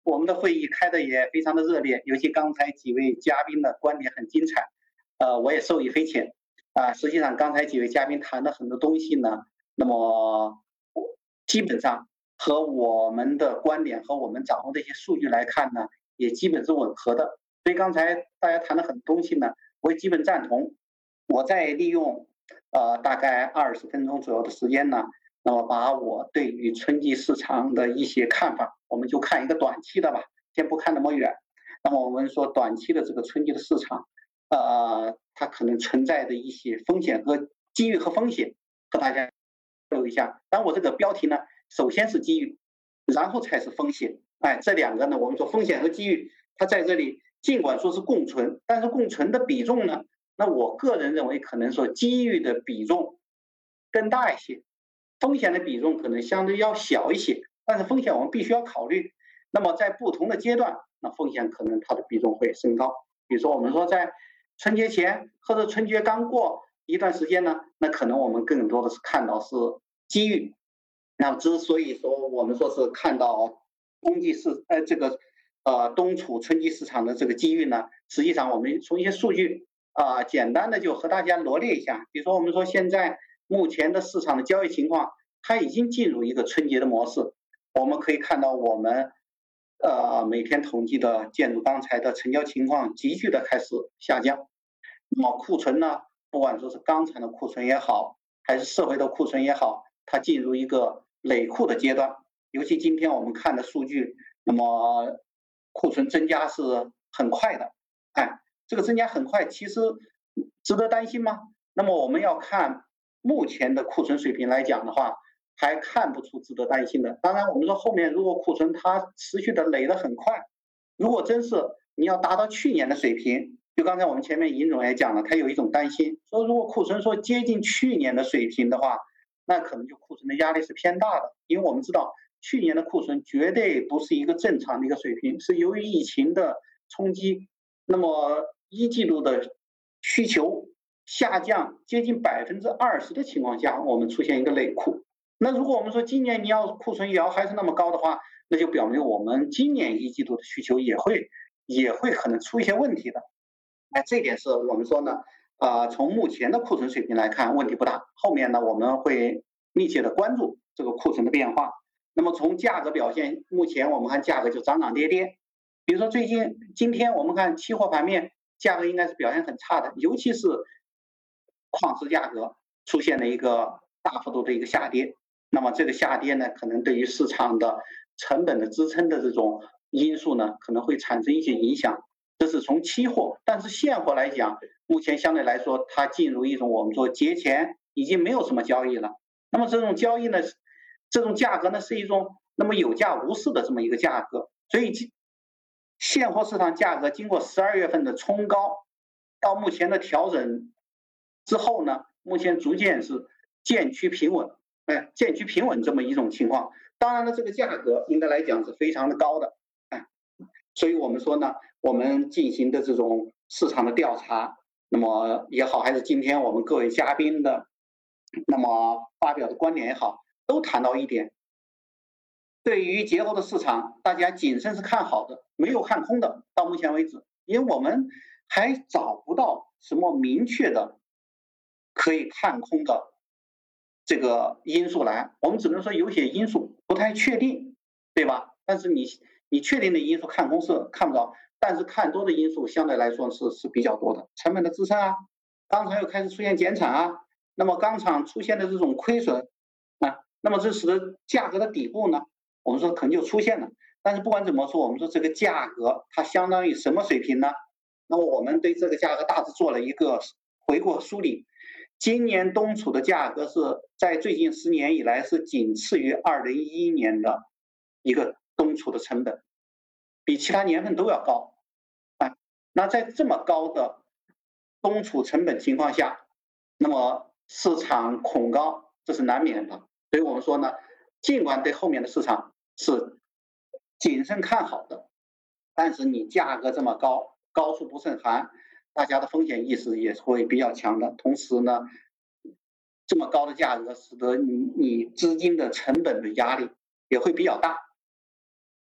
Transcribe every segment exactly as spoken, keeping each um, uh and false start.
我们的会议开的也非常的热烈，尤其刚才几位嘉宾的观点很精彩，呃，我也受益匪浅。啊，实际上刚才几位嘉宾谈的很多东西呢，那么基本上和我们的观点和我们掌握的一些数据来看呢，也基本是吻合的。所以刚才大家谈的很多东西呢，我也基本赞同。我再利用呃大概二十分钟左右的时间呢，那么把我对于春季市场的一些看法，我们就看一个短期的吧，先不看那么远。那么我们说短期的这个春季的市场，呃，它可能存在的一些风险和机遇和风险，和大家交流一下。当然，我这个标题呢，首先是机遇，然后才是风险。哎，这两个呢，我们说风险和机遇，它在这里尽管说是共存，但是共存的比重呢，那我个人认为可能说机遇的比重更大一些，风险的比重可能相对要小一些，但是风险我们必须要考虑。那么在不同的阶段，那风险可能它的比重会升高。比如说我们说在春节前或者春节刚过一段时间呢，那可能我们更多的是看到是机遇。那么之所以说我们说是看到冬季市呃这个呃冬储春季市场的这个机遇呢，实际上我们从一些数据啊、呃、简单的就和大家罗列一下。比如说我们说现在目前的市场的交易情况，它已经进入一个春节的模式。我们可以看到我们呃每天统计的建筑钢材的成交情况急剧的开始下降。那么库存呢，不管说是钢厂的库存也好，还是社会的库存也好，它进入一个累库的阶段。尤其今天我们看的数据，那么库存增加是很快的。哎，这个增加很快，其实值得担心吗？那么我们要看目前的库存水平来讲的话，还看不出值得担心的。当然，我们说后面如果库存它持续的累得很快，如果真是你要达到去年的水平，就刚才我们前面尹总也讲了，他有一种担心，说如果库存说接近去年的水平的话，那可能就库存的压力是偏大的。因为我们知道去年的库存绝对不是一个正常的一个水平，是由于疫情的冲击，那么一季度的需求下降接近百分之二十的情况下，我们出现一个累库。那如果我们说今年你要库存也要还是那么高的话，那就表明我们今年一季度的需求也会也会可能出一些问题的。哎，这一点是我们说呢，呃，从目前的库存水平来看，问题不大。后面呢，我们会密切的关注这个库存的变化。那么从价格表现，目前我们看价格就涨涨跌跌。比如说最近今天我们看期货盘面，价格应该是表现很差的，尤其是矿石价格出现了一个大幅度的一个下跌。那么这个下跌呢，可能对于市场的成本的支撑的这种因素呢，可能会产生一些影响。这是从期货，但是现货来讲，目前相对来说，它进入一种我们说节前已经没有什么交易了。那么这种交易呢，这种价格呢是一种那么有价无市的这么一个价格。所以现货市场价格经过十二月份的冲高，到目前的调整之后呢，目前逐渐是渐趋平稳，哎，渐趋平稳这么一种情况。当然了，这个价格应该来讲是非常的高的，哎，所以我们说呢，我们进行的这种市场的调查，那么也好，还是今天我们各位嘉宾的那么发表的观点也好，都谈到一点，对于节后的市场，大家谨慎是看好的，没有看空的。到目前为止，因为我们还找不到什么明确的可以看空的这个因素来，我们只能说有些因素不太确定，对吧？但是你你确定的因素看空是看不到，但是看多的因素相对来说是是比较多的，成本的支撑啊，钢厂又开始出现减产啊，那么钢厂出现的这种亏损啊，那么这使得价格的底部呢，我们说可能就出现了。但是不管怎么说，我们说这个价格它相当于什么水平呢？那么我们对这个价格大致做了一个回顾和梳理。今年冬储的价格是在最近十年以来是仅次于二零一一年的一个冬储的成本，比其他年份都要高。啊，那在这么高的冬储成本情况下，那么市场恐高这是难免的。所以我们说呢，尽管对后面的市场是谨慎看好的，但是你价格这么高，高处不胜寒，大家的风险意识也是会比较强的。同时呢，这么高的价格使得你你资金的成本的压力也会比较大。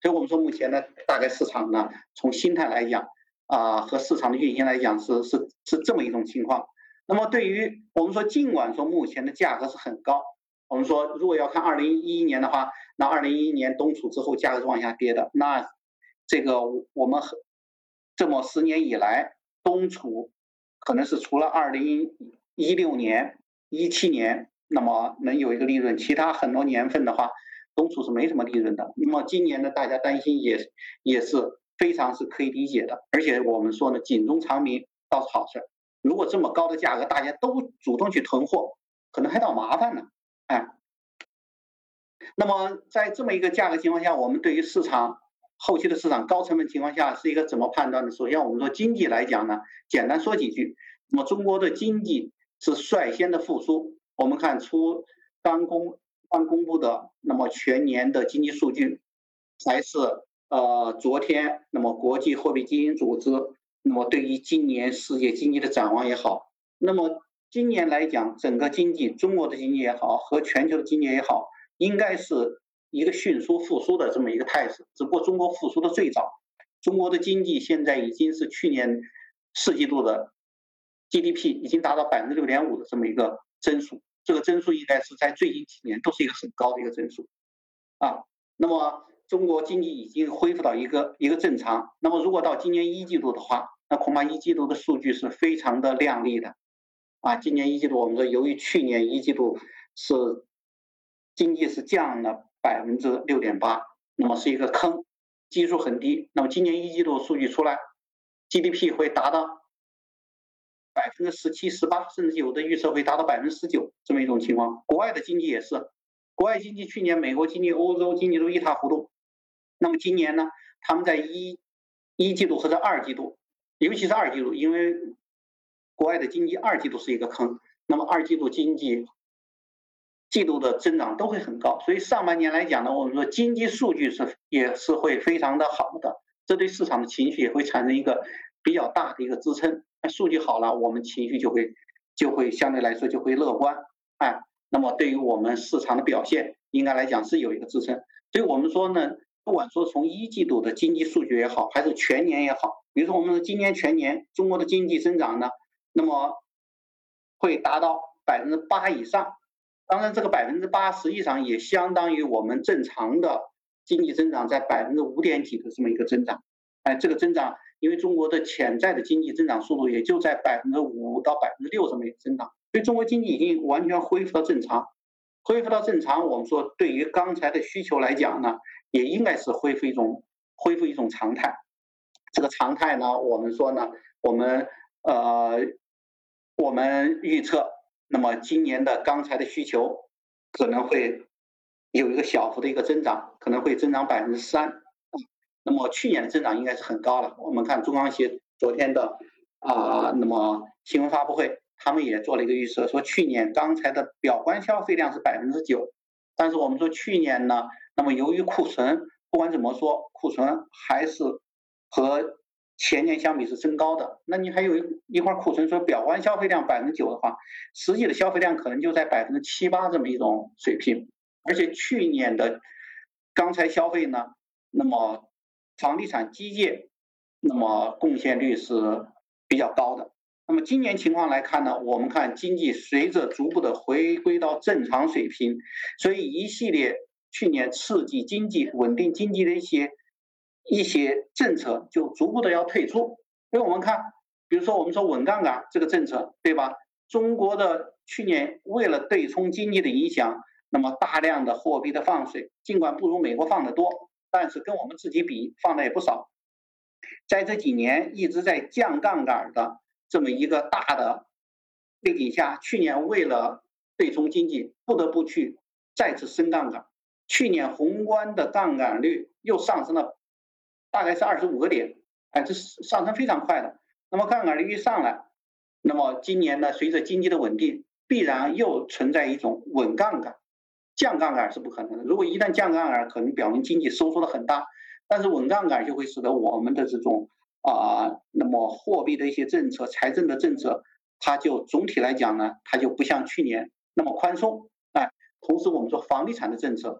所以我们说目前呢，大概市场呢，从心态来讲啊、和市场的运行来讲是是是这么一种情况。那么对于我们说，尽管说目前的价格是很高，我们说如果要看二零一一年的话，那二零一一年冬储之后价格是往下跌的，那这个我们这么十年以来，冬储可能是除了二零一六年、一七年，那么能有一个利润，其他很多年份的话，冬储是没什么利润的。那么今年呢，大家担心也也是非常是可以理解的，而且我们说呢，警钟长鸣倒是好事。如果这么高的价格，大家都主动去囤货，可能还倒麻烦呢。哎，那么在这么一个价格情况下，我们对于市场后期的市场高成本情况下是一个怎么判断呢？首先，我们说经济来讲呢，简单说几句。那么中国的经济是率先的复苏。我们看出刚公刚公布的那么全年的经济数据，还是呃昨天那么国际货币基金组织那么对于今年世界经济的展望也好，那么今年来讲，整个经济，中国的经济也好，和全球的经济也好，应该是一个迅速复苏的这么一个态势。只不过中国复苏的最早，中国的经济现在已经是去年四季度的 G D P 已经达到百分之六点五的这么一个增速，这个增速应该是在最近几年都是一个很高的一个增速啊。那么中国经济已经恢复到一个一个正常。那么如果到今年一季度的话，那恐怕一季度的数据是非常的亮丽的。啊，今年一季度我们说，由于去年一季度是经济是降了百分之六点八，那么是一个坑，基数很低。那么今年一季度数据出来 ，G D P 会达到百分之十七、十八，甚至有的预测会达到百分之十九这么一种情况。国外的经济也是，国外经济去年美国经济、欧洲经济都一塌糊涂。那么今年呢，他们在一一季度或者二季度，尤其是二季度，因为国外的经济二季度是一个坑，那么二季度经济季度的增长都会很高，所以上半年来讲呢，我们说经济数据是也是会非常的好的，这对市场的情绪也会产生一个比较大的一个支撑。数据好了，我们情绪就会就会相对来说就会乐观，哎，那么对于我们市场的表现，应该来讲是有一个支撑。所以我们说呢，不管说从一季度的经济数据也好，还是全年也好，比如说我们今年全年中国的经济增长呢，那么会达到百分之八以上。当然，这个百分之八实际上也相当于我们正常的经济增长在百分之五点几的这么一个增长。哎，这个增长，因为中国的潜在的经济增长速度也就在百分之五到百分之六这么一个增长，所以中国经济已经完全恢复到正常。恢复到正常，我们说对于钢材的需求来讲呢，也应该是恢复一种恢复一种常态。这个常态呢，我们说呢，我们呃，我们预测，那么今年的钢材的需求可能会有一个小幅的一个增长，可能会增长百分之三。那么去年的增长应该是很高了。我们看中钢协昨天的啊、呃，那么新闻发布会，他们也做了一个预测，说去年钢材的表观消费量是百分之九，但是我们说去年呢，那么由于库存，不管怎么说，库存还是和前年相比是增高的。那你还有一一块库存，说表观消费量百分之九的话，实际的消费量可能就在百分之七八这么一种水平。而且去年的钢材消费呢，那么房地产基建，那么贡献率是比较高的。那么今年情况来看呢，我们看经济随着逐步的回归到正常水平，所以一系列去年刺激经济、稳定经济的一些一些政策就逐步的要退出。所以我们看，比如说我们说稳杠杆这个政策，对吧？中国的去年为了对冲经济的影响，那么大量的货币的放水，尽管不如美国放得多，但是跟我们自己比放的也不少。在这几年一直在降杠杆的这么一个大的背景下，去年为了对冲经济，不得不去再次升杠杆。去年宏观的杠杆率又上升了，大概是二十五个点，哎，这是上升非常快的。那么杠杆率一上来，那么今年呢，随着经济的稳定，必然又存在一种稳杠杆。降杠杆是不可能的，如果一旦降杠杆，可能表明经济收缩的很大，但是稳杠杆就会使得我们的这种啊、呃，那么货币的一些政策、财政的政策，它就总体来讲呢，它就不像去年那么宽松。哎，同时我们说房地产的政策，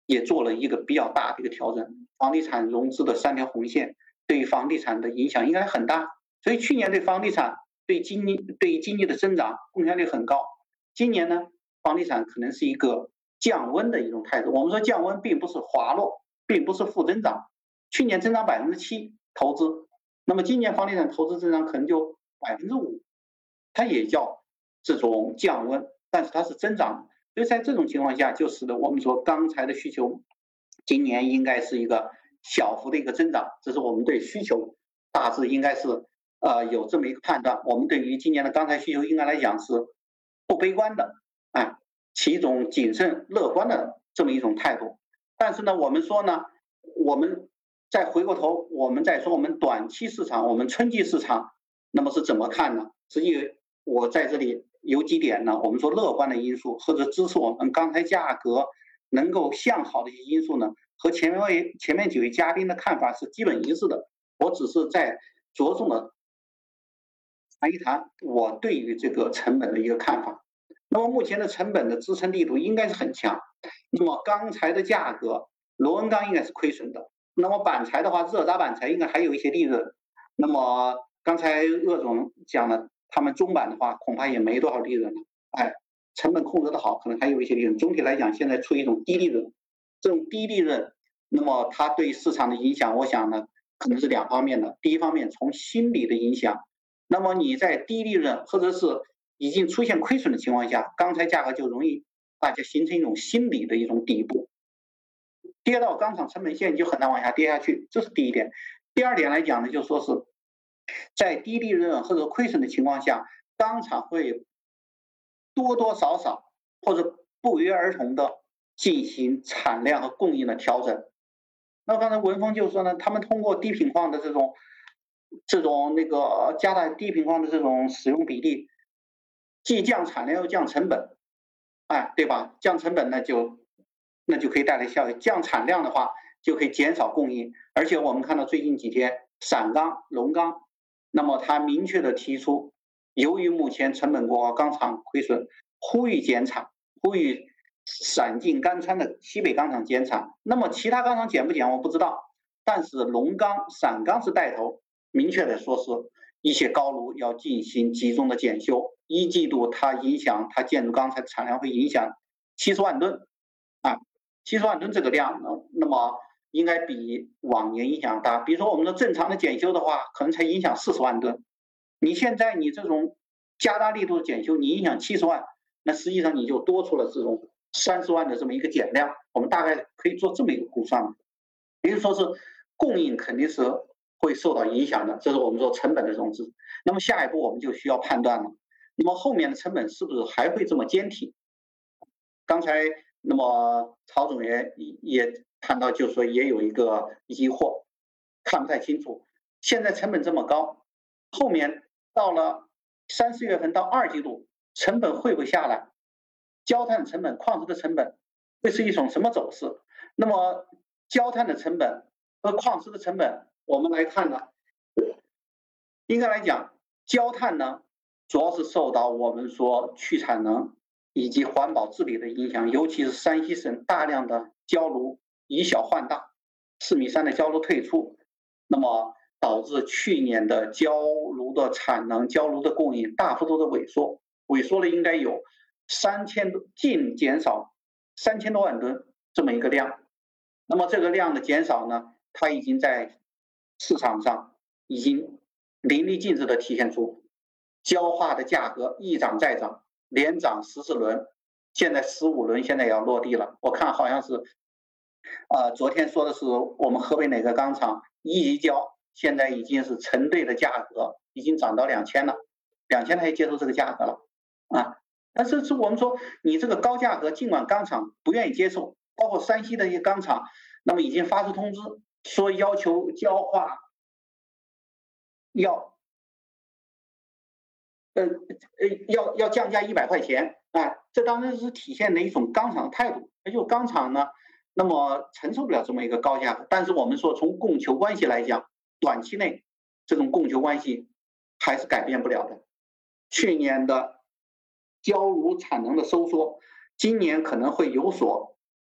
也做了一个比较大的一个调整。房地产融资的三条红线对于房地产的影响应该很大，所以去年对房地产对经济对于经济的增长贡献率很高。今年呢，房地产可能是一个降温的一种态度。我们说降温并不是滑落，并不是负增长。去年增长百分之七投资，那么今年房地产投资增长可能就百分之五，它也叫这种降温，但是它是增长。所以在这种情况下，就使得我们说钢材的需求今年应该是一个小幅的一个增长，这是我们对需求大致应该是呃有这么一个判断。我们对于今年的钢材需求应该来讲是不悲观的，啊，其一种谨慎乐观的这么一种态度。但是呢，我们说呢，我们再回过头，我们再说我们短期市场，我们春季市场，那么是怎么看呢？实际我在这里有几点呢，我们说乐观的因素或者支持我们钢材价格能够向好的一些因素呢，和前面位前面几位嘉宾的看法是基本一致的。我只是在着重的谈一谈我对于这个成本的一个看法。那么目前的成本的支撑力度应该是很强。那么钢材的价格，螺纹钢应该是亏损的。那么板材的话，热轧板材应该还有一些利润。那么刚才鄂总讲了，他们中板的话恐怕也没多少利润了。哎，成本控制的好，可能还有一些利润。总体来讲，现在处于一种低利润。这种低利润，那么它对市场的影响，我想呢，可能是两方面的。第一方面，从心理的影响。那么你在低利润或者是已经出现亏损的情况下，钢材价格就容易大家形成一种心理的一种底部，跌到钢厂成本线就很难往下跌下去，这是第一点。第二点来讲呢，就说是在低利润或者亏损的情况下，钢厂会多多少少或者不约而同的进行产量和供应的调整。那刚才文峰就说呢，他们通过低品矿的这种这种那个加大低品矿的这种使用比例，既降产量又降成本，哎，对吧？降成本呢就那就可以带来效益，降产量的话就可以减少供应。而且我们看到最近几天陕钢、龙钢，那么它明确的提出，由于目前成本过高，钢厂亏损，呼吁减产，呼吁陕晋甘川的西北钢厂减产。那么其他钢厂减不减我不知道，但是龙钢、陕钢是带头，明确的说是一些高炉要进行集中的检修。一季度它影响它建筑钢材的产量会影响七十万吨，啊，七十万吨这个量呢，那么应该比往年影响大。比如说我们的正常的检修的话，可能才影响四十万吨。你现在你这种加大力度的检修，你影响七十万，那实际上你就多出了这种三十万的这么一个减量。我们大概可以做这么一个估算，也就是说是供应肯定是会受到影响的，这是我们说成本的融资。那么下一步我们就需要判断了，那么后面的成本是不是还会这么坚挺？刚才那么曹总也也谈到，就是说也有一个疑惑，看不太清楚。现在成本这么高，后面到了三四月份到二季度，成本会不会下来？焦炭成本、矿石的成本会是一种什么走势？那么焦炭的成本和矿石的成本，我们来看呢，应该来讲，焦炭呢主要是受到我们说去产能以及环保治理的影响，尤其是山西省大量的焦炉以小换大，四米三的焦炉退出，那么导致去年的焦炉的产能、焦炉的供应大幅度的萎缩，萎缩了应该有三千多，净减少三千多万吨这么一个量。那么这个量的减少呢，它已经在市场上已经淋漓尽致的体现出焦化的价格一涨再涨，连涨十四轮，现在十五轮现在也要落地了。我看好像是，呃，昨天说的是我们河北哪个钢厂一级焦，现在已经是成对的价格已经涨到两千了，两千他也接受这个价格了啊。但是是我们说你这个高价格，尽管钢厂不愿意接受，包括山西的一些钢厂，那么已经发出通知说要求焦化要。呃呃，要要降价一百块钱，哎，这当然是体现的一种钢厂的态度。也就钢厂呢，那么承受不了这么一个高价格。但是我们说从供求关系来讲，短期内这种供求关系还是改变不了的。去年的焦炉产能的收缩，今年可能会有所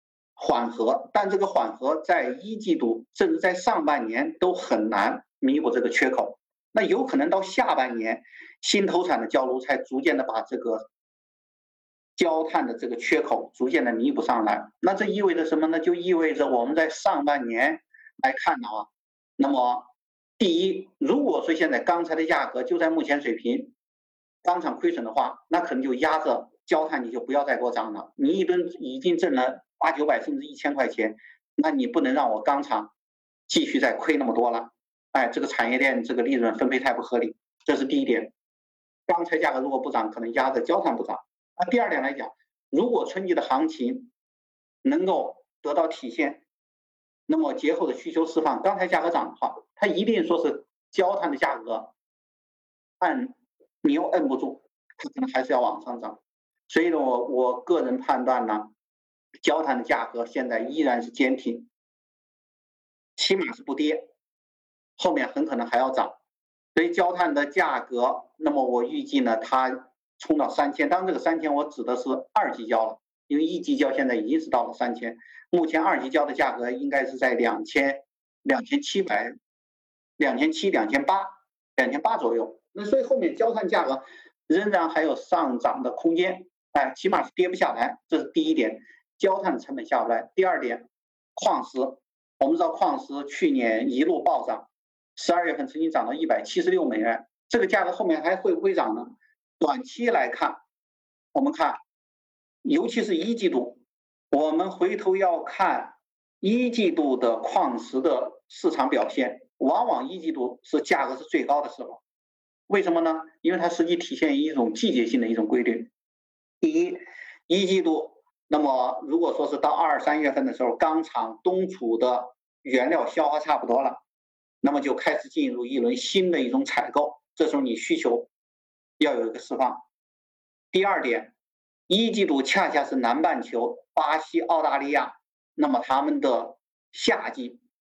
缓和，但这个缓和在一季度甚至在上半年都很难弥补这个缺口。那有可能到下半年，新投产的焦炉才逐渐的把这个焦炭的这个缺口逐渐的弥补上来。那这意味着什么呢？就意味着我们在上半年来看的啊，那么第一，如果说现在钢材的价格就在目前水平，钢厂亏损的话，那可能就压着焦炭，你就不要再给我涨了。你一吨已经挣了八九百甚至一千块钱，那你不能让我钢厂继续再亏那么多了。哎，这个产业链这个利润分配太不合理，这是第一点。钢材价格如果不涨，可能压着焦炭不涨。那第二点来讲，如果春季的行情能够得到体现，那么节后的需求释放，钢材价格涨的话，它一定说是焦炭的价格按你又摁不住，它可能还是要往上涨。所以呢，我我个人判断呢，焦炭的价格现在依然是坚挺，起码是不跌，后面很可能还要涨。所以焦炭的价格，那么我预计呢，它冲到三千。当然，这个三千我指的是二级焦了，因为一级焦现在已经是到了三千，目前二级焦的价格应该是在两千、两千七百、两千七、两千八、两千八左右。那所以后面焦炭价格仍然还有上涨的空间，哎，起码是跌不下来，这是第一点，焦炭成本下不来。第二点，矿石，我们知道矿石去年一路暴涨。十二月份曾经涨到一百七十六美元，这个价格后面还会不会涨呢？短期来看，我们看，尤其是一季度，我们回头要看一季度的矿石的市场表现，往往一季度是价格是最高的时候。为什么呢？因为它实际体现一种季节性的一种规律。第一，一季度，那么如果说是到二三月份的时候，钢厂冬储的原料消化差不多了。那么就开始进入一轮新的一种采购，这时候你需求要有一个释放。第二点，一季度恰恰是南半球巴西、澳大利亚，那么他们的夏季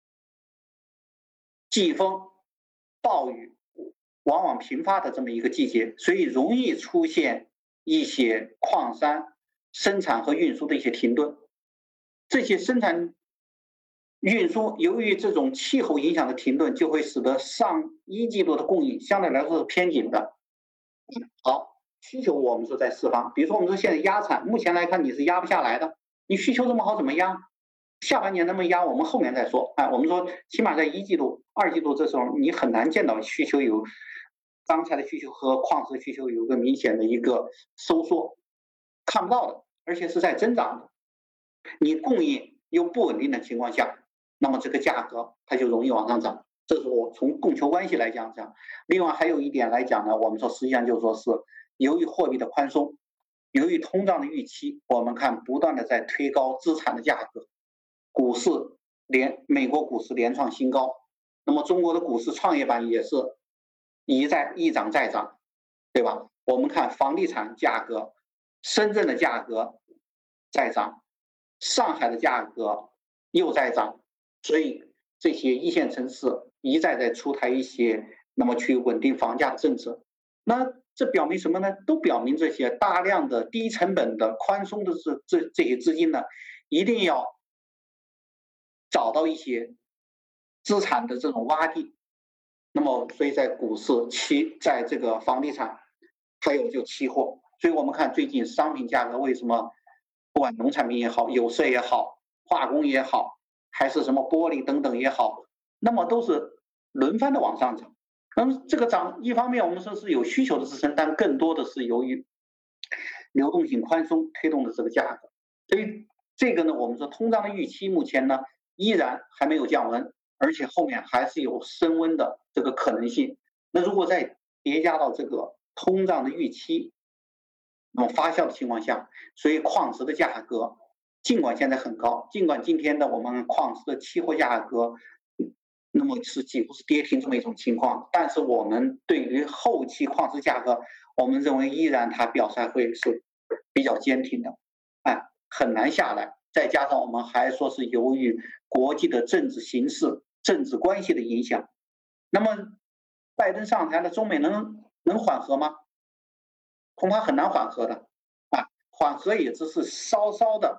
季风、暴雨往往频发的这么一个季节，所以容易出现一些矿山生产和运输的一些停顿。这些生产运输由于这种气候影响的停顿，就会使得上一季度的供应相对来说是偏紧的。好，需求我们说在释放，比如说我们说现在压产，目前来看你是压不下来的，你需求这么好怎么压？下半年能不能压，我们后面再说。哎，我们说起码在一季度、二季度这时候，你很难见到需求有钢材的需求和矿石的需求有个明显的一个收缩，看不到的，而且是在增长的。你供应又不稳定的情况下，那么这个价格它就容易往上涨，这是我从供求关系来讲讲。另外还有一点来讲呢，我们说实际上就是说是由于货币的宽松，由于通胀的预期，我们看不断的在推高资产的价格，股市连美国股市连创新高，那么中国的股市创业板也是一再一涨再涨，对吧？我们看房地产价格，深圳的价格在涨，上海的价格又在涨，所以这些一线城市一再在出台一些那么去稳定房价的政策。那这表明什么呢？都表明这些大量的低成本的宽松的这这这些资金呢，一定要找到一些资产的这种洼地。那么所以在股市期，在这个房地产，还有就期货，所以我们看最近商品价格为什么不管农产品也好，有色也好，化工也好，还是什么玻璃等等也好，那么都是轮番的往上涨。那么这个涨，一方面我们说是有需求的支撑，但更多的是由于流动性宽松推动的这个价格。所以这个呢，我们说通胀的预期目前呢依然还没有降温，而且后面还是有升温的这个可能性。那如果再叠加到这个通胀的预期那么发酵的情况下，所以矿石的价格尽管现在很高，尽管今天的我们矿石的期货价格那么是几乎是跌停这么一种情况，但是我们对于后期矿石价格，我们认为依然它表现会是比较坚挺的，哎，很难下来。再加上我们还说是由于国际的政治形势、政治关系的影响，那么拜登上台了，中美能能缓和吗？恐怕很难缓和的，啊，缓和也只是稍稍的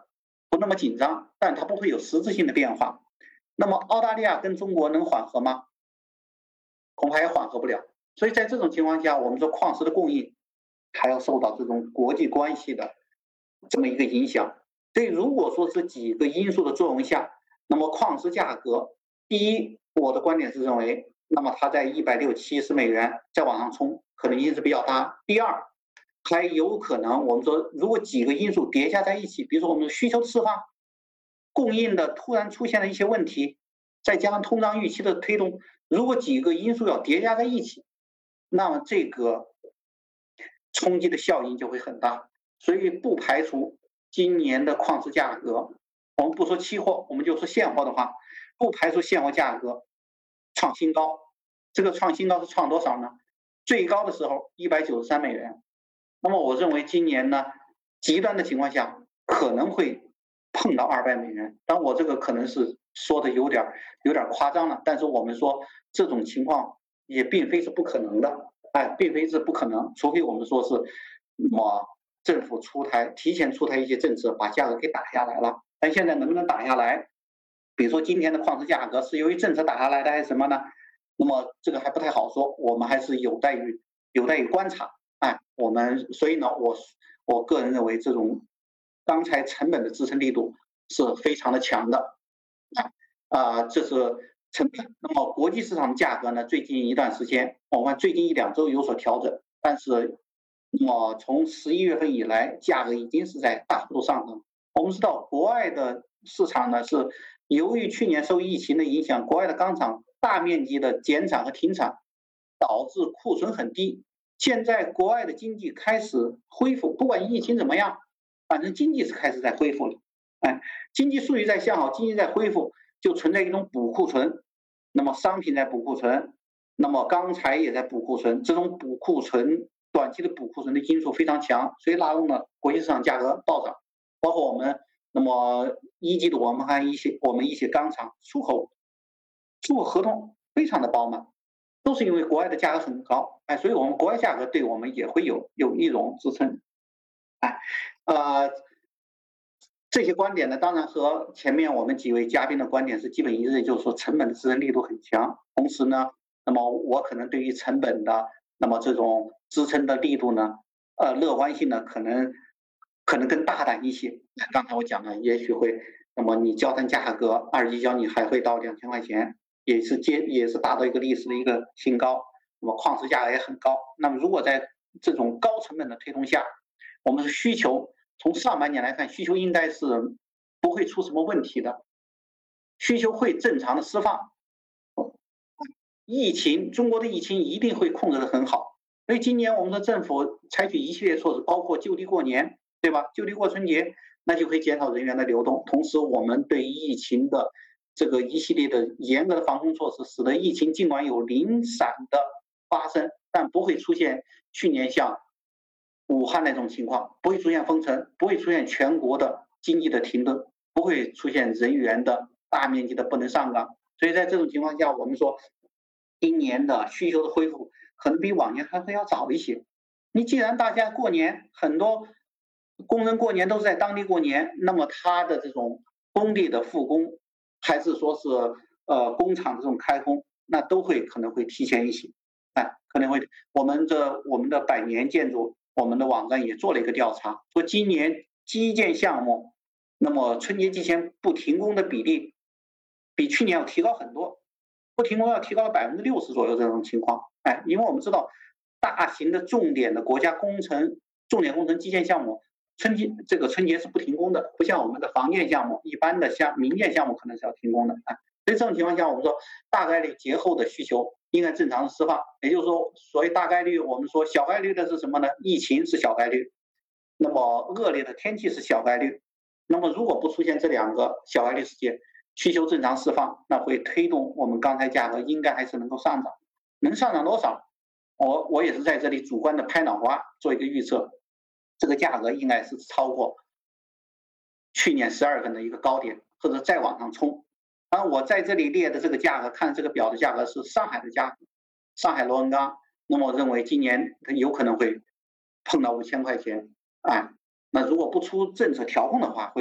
不那么紧张，但它不会有实质性的变化。那么澳大利亚跟中国能缓和吗？恐怕也缓和不了。所以在这种情况下，我们说矿石的供应还要受到这种国际关系的这么一个影响。所以如果说是几个因素的作用下，那么矿石价格，第一，我的观点是认为，那么它在一百六七十美元再往上冲，可能性是比较大。第二，还有可能我们说，如果几个因素叠加在一起，比如说我们需求的释放，供应的突然出现了一些问题，再加上通胀预期的推动，如果几个因素要叠加在一起，那么这个冲击的效应就会很大。所以不排除今年的矿石价格，我们不说期货，我们就说现货的话，不排除现货价格创新高。这个创新高是创多少呢？最高的时候一百九十三美元。那么我认为今年呢，极端的情况下可能会碰到二百美元。但我这个可能是说的有点有点夸张了，但是我们说这种情况也并非是不可能的，哎，并非是不可能，除非我们说是那么政府出台提前出台一些政策，把价格给打下来了。但现在能不能打下来？比如说今天的矿石价格是由于政策打下来的还是什么呢？那么这个还不太好说，我们还是有待于有待于观察。哎，我们所以呢，我我个人认为这种钢材成本的支撑力度是非常的强的。啊、呃，这是成本。那么国际市场的价格呢，最近一段时间，我们最近一两周有所调整，但是那么从十一月份以来，价格已经是在大幅度上升。我们知道国外的市场呢是由于去年受疫情的影响，国外的钢厂大面积的减产和停产，导致库存很低。现在国外的经济开始恢复，不管疫情怎么样，反正经济是开始在恢复了。哎，经济数据在向好，经济在恢复，就存在一种补库存。那么商品在补库存，那么钢材也在补库存，这种补库存短期的补库存的因素非常强，所以拉动了国际市场价格暴涨。包括我们，那么一季度我们还一些我们一些钢厂出口出口合同非常的饱满，都是因为国外的价格很高，哎，所以我们国外价格对我们也会有有一种支撑，哎，呃，这些观点呢，当然和前面我们几位嘉宾的观点是基本一致，就是说成本的支撑力度很强。同时呢，那么我可能对于成本的那么这种支撑的力度呢，呃，乐观性呢可能可能更大胆一些。刚才我讲了，也许会，那么你焦炭价格二级焦你还会到两千块钱，也是接也是达到一个历史的一个新高。那么矿石价格也很高。那么如果在这种高成本的推动下，我们是需求。从上半年来看，需求应该是不会出什么问题的，需求会正常的释放。疫情，中国的疫情一定会控制得很好，所以今年我们的政府采取一系列措施，包括就地过年，对吧？就地过春节，那就可以减少人员的流动。同时，我们对疫情的这个一系列的严格的防控措施，使得疫情尽管有零散的发生，但不会出现去年像武汉那种情况，不会出现封城，不会出现全国的经济的停顿，不会出现人员的大面积的不能上岗。所以在这种情况下，我们说今年的需求的恢复可能比往年还会要早一些。你既然大家过年很多工人过年都是在当地过年，那么他的这种工地的复工，还是说是呃工厂的这种开工，那都会可能会提前一些。哎，可能会我们的我们的百年建筑。我们的网站也做了一个调查，说今年基建项目，那么春节之前不停工的比例比去年要提高很多，不停工要提高百分之六十左右这种情况。哎，因为我们知道大型的重点的国家工程、重点工程基建项目，春节这个春节是不停工的，不像我们的房建项目，一般的像民建项目可能是要停工的。哎，所以这种情况下，我们说大概率节后的需求应该正常的释放，也就是说，所谓大概率，我们说小概率的是什么呢？疫情是小概率，那么恶劣的天气是小概率。那么如果不出现这两个小概率事件，需求正常释放，那会推动我们钢材价格应该还是能够上涨。能上涨多少？我我也是在这里主观的拍脑瓜做一个预测，这个价格应该是超过去年十二月份的一个高点，或者再往上冲。然后我在这里列的这个价格，看这个表的价格是上海的价格，上海螺纹钢。那么我认为今年它有可能会碰到五千块钱，哎，那如果不出政策调控的话，会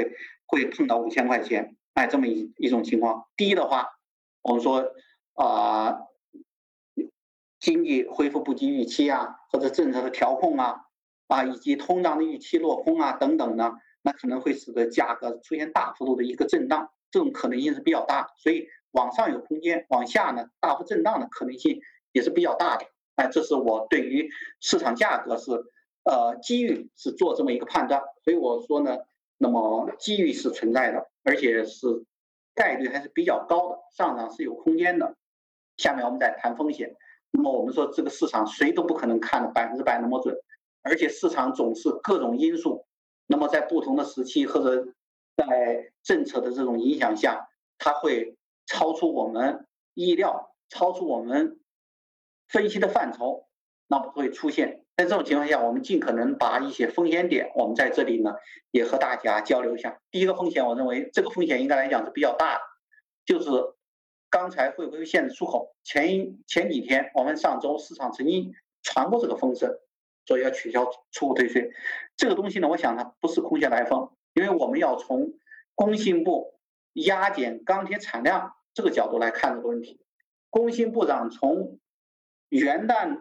会碰到五千块钱，哎，这么一一种情况。低的话，我们说啊、呃，经济恢复不及预期啊，或者政策的调控啊，啊，以及通胀的预期落空啊等等呢，那可能会使得价格出现大幅度的一个震荡，这种可能性是比较大，所以往上有空间，往下呢大幅震荡的可能性也是比较大的。哎，这是我对于市场价格是呃机遇是做这么一个判断，所以我说呢，那么机遇是存在的，而且是概率还是比较高的，上涨是有空间的。下面我们再谈风险。那么我们说这个市场谁都不可能看得百分之百那么准，而且市场总是各种因素，那么在不同的时期或者在政策的这种影响下，它会超出我们意料，超出我们分析的范畴，那么会出现。在这种情况下，我们尽可能把一些风险点，我们在这里呢也和大家交流一下。第一个风险，我认为这个风险应该来讲是比较大的，就是钢材会不会限制出口？前前几天，我们上周市场曾经传过这个风声，说要取消出口退税。这个东西呢，我想它不是空穴来风，因为我们要从工信部压减钢铁产量这个角度来看这个问题。工信部长从元旦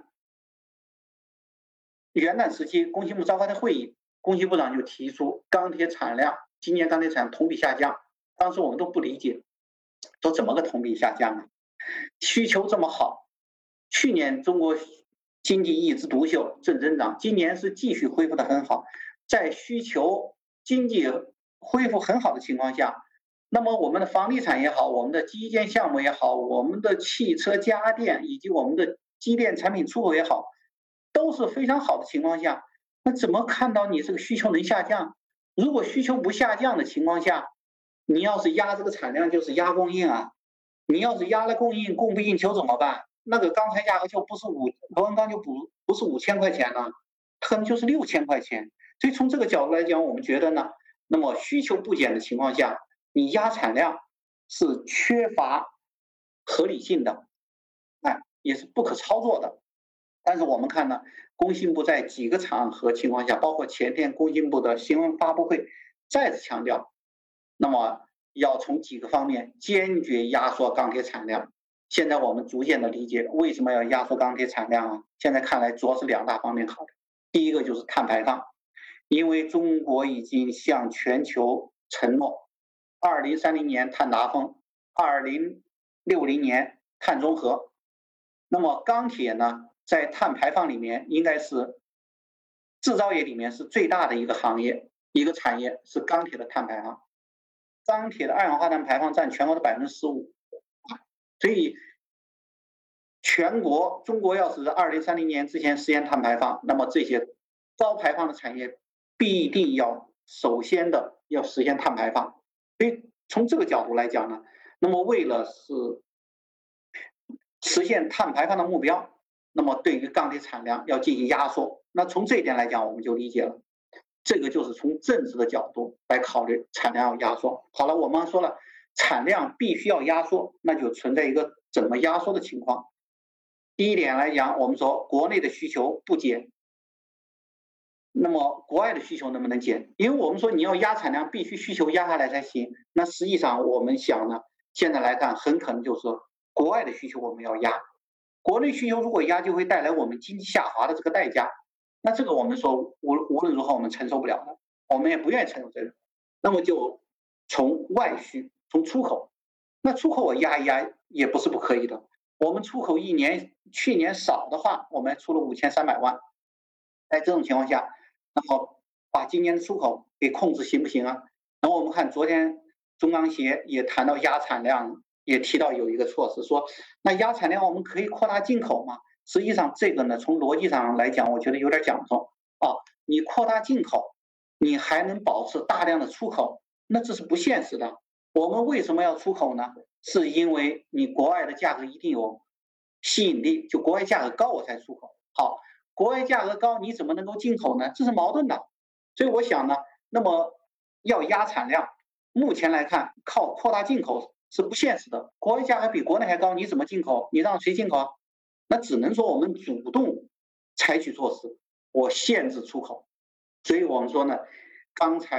元旦时期，工信部召开的会议，工信部长就提出钢铁产量今年钢铁产量同比下降。当时我们都不理解，说怎么个同比下降啊？需求这么好，去年中国经济一枝独秀，正增长，今年是继续恢复的很好。在需求经济恢复很好的情况下，那么我们的房地产也好，我们的基建项目也好，我们的汽车家电以及我们的机电产品出口也好，都是非常好的情况下，那怎么看到你这个需求能下降？如果需求不下降的情况下，你要是压这个产量，就是压供应啊。你要是压了供应，供不应求怎么办？那个钢材价格就不是五螺纹钢就不不是五千块钱了，可能就是六千块钱。所以从这个角度来讲，我们觉得呢，那么需求不减的情况下，你压产量是缺乏合理性的，哎，也是不可操作的。但是我们看呢，工信部在几个场合情况下，包括前天工信部的新闻发布会，再次强调，那么要从几个方面坚决压缩钢铁产量。现在我们逐渐的理解为什么要压缩钢铁产量啊？现在看来主要是两大方面考虑。第一个就是碳排放，因为中国已经向全球承诺，二零三零年碳达峰，二零六零年碳中和。那么钢铁呢，在碳排放里面应该是制造业里面是最大的一个行业，一个产业是钢铁的碳排放。钢铁的二氧化碳排放占全国的百分之十五，所以全国中国要是二零三零年之前实现碳排放，那么这些高排放的产业必定要首先的要实现碳排放。所以从这个角度来讲呢，那么为了是实现碳排放的目标，那么对于钢铁产量要进行压缩。那从这一点来讲，我们就理解了。这个就是从政治的角度来考虑产量要压缩。好了，我们说了产量必须要压缩，那就存在一个怎么压缩的情况。第一点来讲，我们说国内的需求不减，那么国外的需求能不能减？因为我们说你要压产量，必须需求压下来才行。那实际上我们想呢，现在来看很可能就是国外的需求我们要压，国内需求如果压，就会带来我们经济下滑的这个代价。那这个我们说无无论如何我们承受不了的，我们也不愿意承受这个，那么就从外需，从出口，那出口我压一压也不是不可以的。我们出口一年去年少的话，我们出了五千三百万，在这种情况下，那么把今年的出口给控制行不行啊？然后我们看昨天中钢协也谈到压产量，也提到有一个措施，说那压产量我们可以扩大进口吗？实际上这个呢，从逻辑上来讲，我觉得有点讲究啊。你扩大进口，你还能保持大量的出口，那这是不现实的。我们为什么要出口呢？是因为你国外的价格一定有吸引力，就国外价格高我才出口。好，国外价格高，你怎么能够进口呢？这是矛盾的。所以我想呢，那么要压产量，目前来看靠扩大进口是不现实的。国外价格比国内还高，你怎么进口？你让谁进口啊？那只能说我们主动采取措施，我限制出口。所以我们说呢，刚才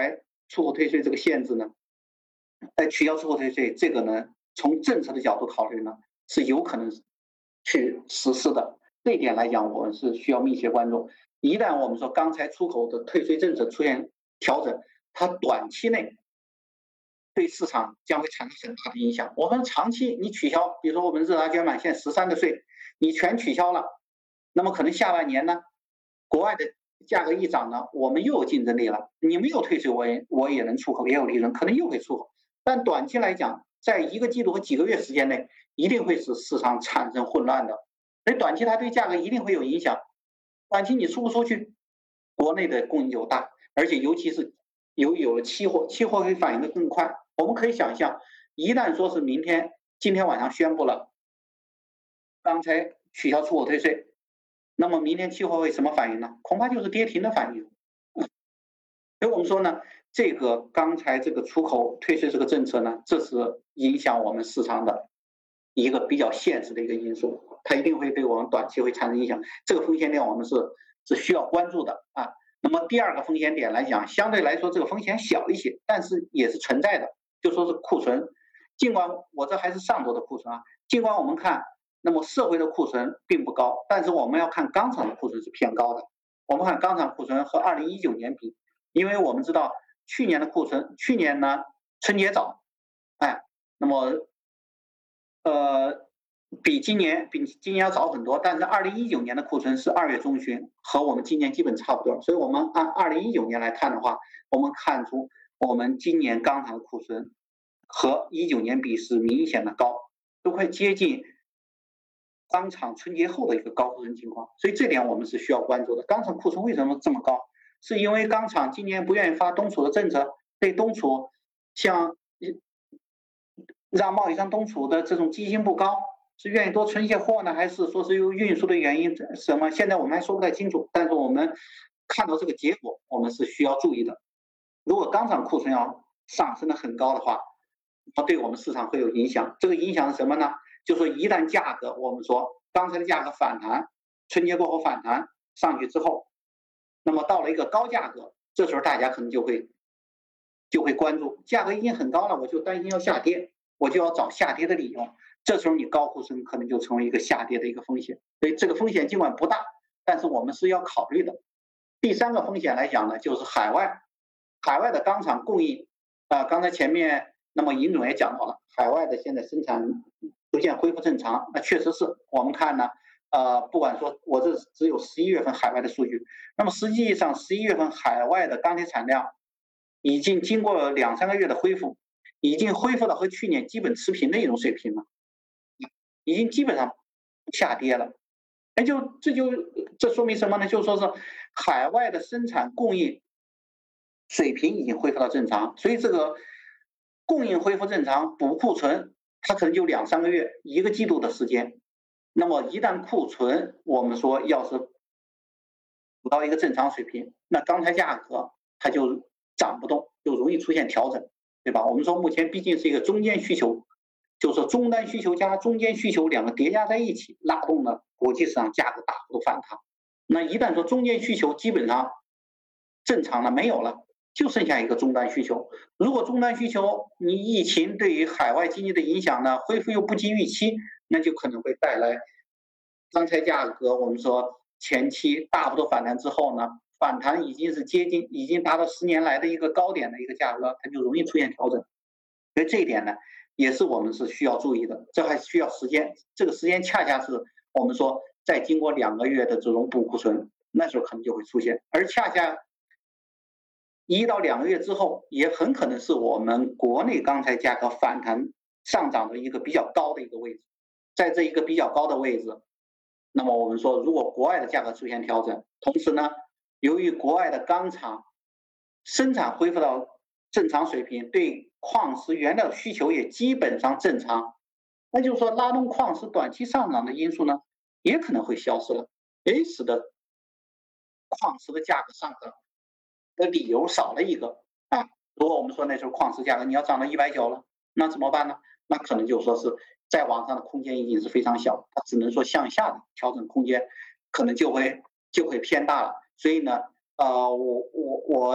出口退税这个限制呢，呃，取消出口退税这个呢，从政策的角度考虑呢，是有可能去实施的。这一点来讲，我们是需要密切关注。一旦我们说刚才出口的退税政策出现调整，它短期内对市场将会产生很大的影响。我们长期你取消，比如说我们热轧卷板现在十三的税，你全取消了，那么可能下半年呢，国外的价格一涨呢，我们又有竞争力了。你没有退税，我也我也能出口，也有利润，可能又会出口。但短期来讲，在一个季度和几个月时间内，一定会使市场产生混乱的。所以短期它对价格一定会有影响。短期你出不出去，国内的供应就大，而且尤其是由于有了期货，期货会反应的更快。我们可以想象，一旦说是明天、今天晚上宣布了，刚才取消出口退税，那么明天期货会什么反应呢？恐怕就是跌停的反应。所以我们说呢，这个刚才这个出口退税这个政策呢，这是影响我们市场的一个比较现实的一个因素，它一定会对我们短期会产生影响。这个风险点我们是是需要关注的啊。那么第二个风险点来讲，相对来说这个风险小一些，但是也是存在的，就说是库存。尽管我这还是上周的库存啊，尽管我们看，那么社会的库存并不高，但是我们要看钢厂的库存是偏高的。我们看钢厂库存和二零一九年比，因为我们知道去年的库存，去年呢春节早，哎，那么呃比今年比今年要早很多，但是二零一九年的库存是二月中旬，和我们今年基本差不多，所以我们按二零一九年来看的话，我们看出我们今年钢厂的库存和一九年比是明显的高，都快接近钢厂春节后的一个高库存情况，所以这点我们是需要关注的。钢厂库存为什么这么高？是因为钢厂今年不愿意发冬储的政策，对冬储像让贸易商冬储的这种积极性不高，是愿意多存一些货呢，还是说是由运输的原因什么？现在我们还说不太清楚，但是我们看到这个结果，我们是需要注意的。如果钢厂库存要上升的很高的话，它对我们市场会有影响。这个影响是什么呢？就是说一旦价格，我们说钢材的价格反弹，春节过后反弹上去之后，那么到了一个高价格，这时候大家可能就会就会关注，价格已经很高了，我就担心要下跌，我就要找下跌的理由。这时候你高库存可能就成为一个下跌的一个风险。所以这个风险尽管不大，但是我们是要考虑的。第三个风险来讲呢，就是海外海外的钢厂供应啊、呃，刚才前面那么尹总也讲到了，海外的现在生产逐渐恢复正常，那确实是我们看呢，呃，不管说我这只有十一月份海外的数据，那么实际上十一月份海外的钢铁产量已经经过两三个月的恢复，已经恢复到和去年基本持平的一种水平了，已经基本上下跌了。哎，就这就这说明什么呢？就说是海外的生产供应水平已经恢复到正常，所以这个供应恢复正常，补库存，它可能就两三个月、一个季度的时间。那么一旦库存我们说要是补到一个正常水平，那钢材价格它就涨不动，就容易出现调整，对吧？我们说目前毕竟是一个中间需求，就是说终端需求加中间需求两个叠加在一起，拉动了国际市场价格大幅度反弹。那一旦说中间需求基本上正常了，没有了，就剩下一个终端需求。如果终端需求你疫情对于海外经济的影响呢，恢复又不及预期，那就可能会带来钢材价格我们说前期大幅度反弹之后呢，反弹已经是接近已经达到十年来的一个高点的一个价格，它就容易出现调整。所以这一点呢，也是我们是需要注意的，这还需要时间，这个时间恰恰是我们说再经过两个月的这种补库存，那时候可能就会出现，而恰恰一到两个月之后，也很可能是我们国内钢材价格反弹上涨的一个比较高的一个位置。在这一个比较高的位置，那么我们说，如果国外的价格出现调整，同时呢，由于国外的钢厂生产恢复到正常水平，对矿石原料需求也基本上正常，那就是说拉动矿石短期上涨的因素呢，也可能会消失了，哎，使得矿石的价格上涨的理由少了一个啊。如果我们说那时候矿石价格你要涨到一百九了，那怎么办呢？那可能就说是再往上的空间已经是非常小，它只能说向下的调整空间可能就会就会偏大了。所以呢，呃，我我我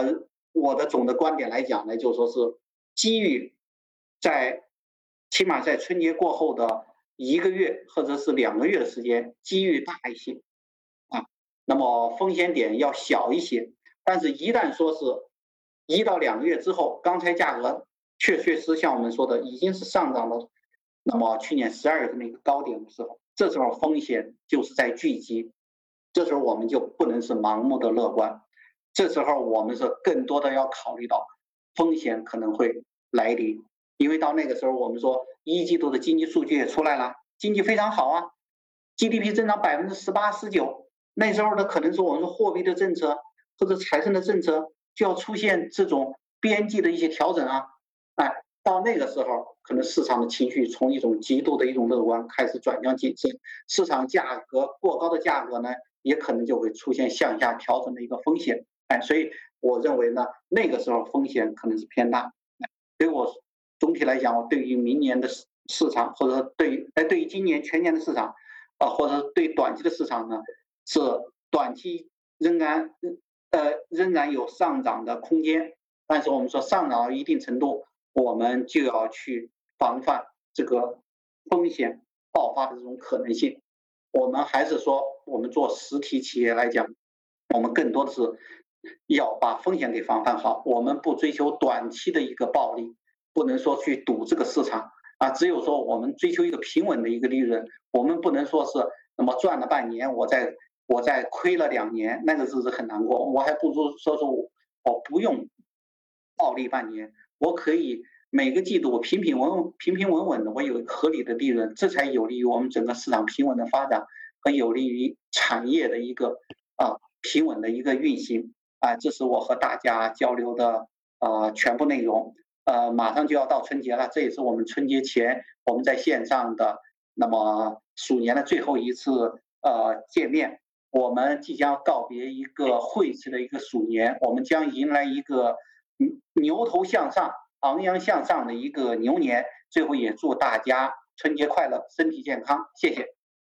我的总的观点来讲呢，就是说是机遇在起码在春节过后的一个月或者是两个月的时间，机遇大一些啊，那么风险点要小一些。但是，一旦说是一到两个月之后，钢材价格确确实像我们说的已经是上涨了，那么去年十二月份那个高点的时候，这时候风险就是在聚集，这时候我们就不能是盲目的乐观，这时候我们是更多的要考虑到风险可能会来临，因为到那个时候我们说一季度的经济数据也出来了，经济非常好啊 ，G D P 增长百分之十八、十九，那时候的可能是我们说货币的政策或者财政的政策就要出现这种边际的一些调整啊，哎，到那个时候，可能市场的情绪从一种极度的一种乐观开始转向谨慎，市场价格过高的价格呢，也可能就会出现向下调整的一个风险，哎，所以我认为呢，那个时候风险可能是偏大，所以我总体来讲，我对于明年的市市场，或者说对于哎对于今年全年的市场，啊、呃，或者对短期的市场呢，是短期仍然呃仍然有上涨的空间，但是我们说上涨到一定程度，我们就要去防范这个风险爆发的这种可能性。我们还是说，我们做实体企业来讲，我们更多的是要把风险给防范好。我们不追求短期的一个暴利，不能说去赌这个市场啊。只有说我们追求一个平稳的一个利润，我们不能说是那么赚了半年，我再我再亏了两年，那个日子很难过。我还不如说说我我不用暴利半年，我可以每个季度我平平稳平平稳稳的，我有一个合理的利润，这才有利于我们整个市场平稳的发展和有利于产业的一个啊平稳的一个运行啊。这是我和大家交流的啊全部内容。呃，马上就要到春节了，这也是我们春节前我们在线上的那么鼠年的最后一次呃见面。我们即将告别一个晦气的一个鼠年，我们将迎来一个牛头向上、昂扬向上的一个牛年。最后也祝大家春节快乐，身体健康，谢谢。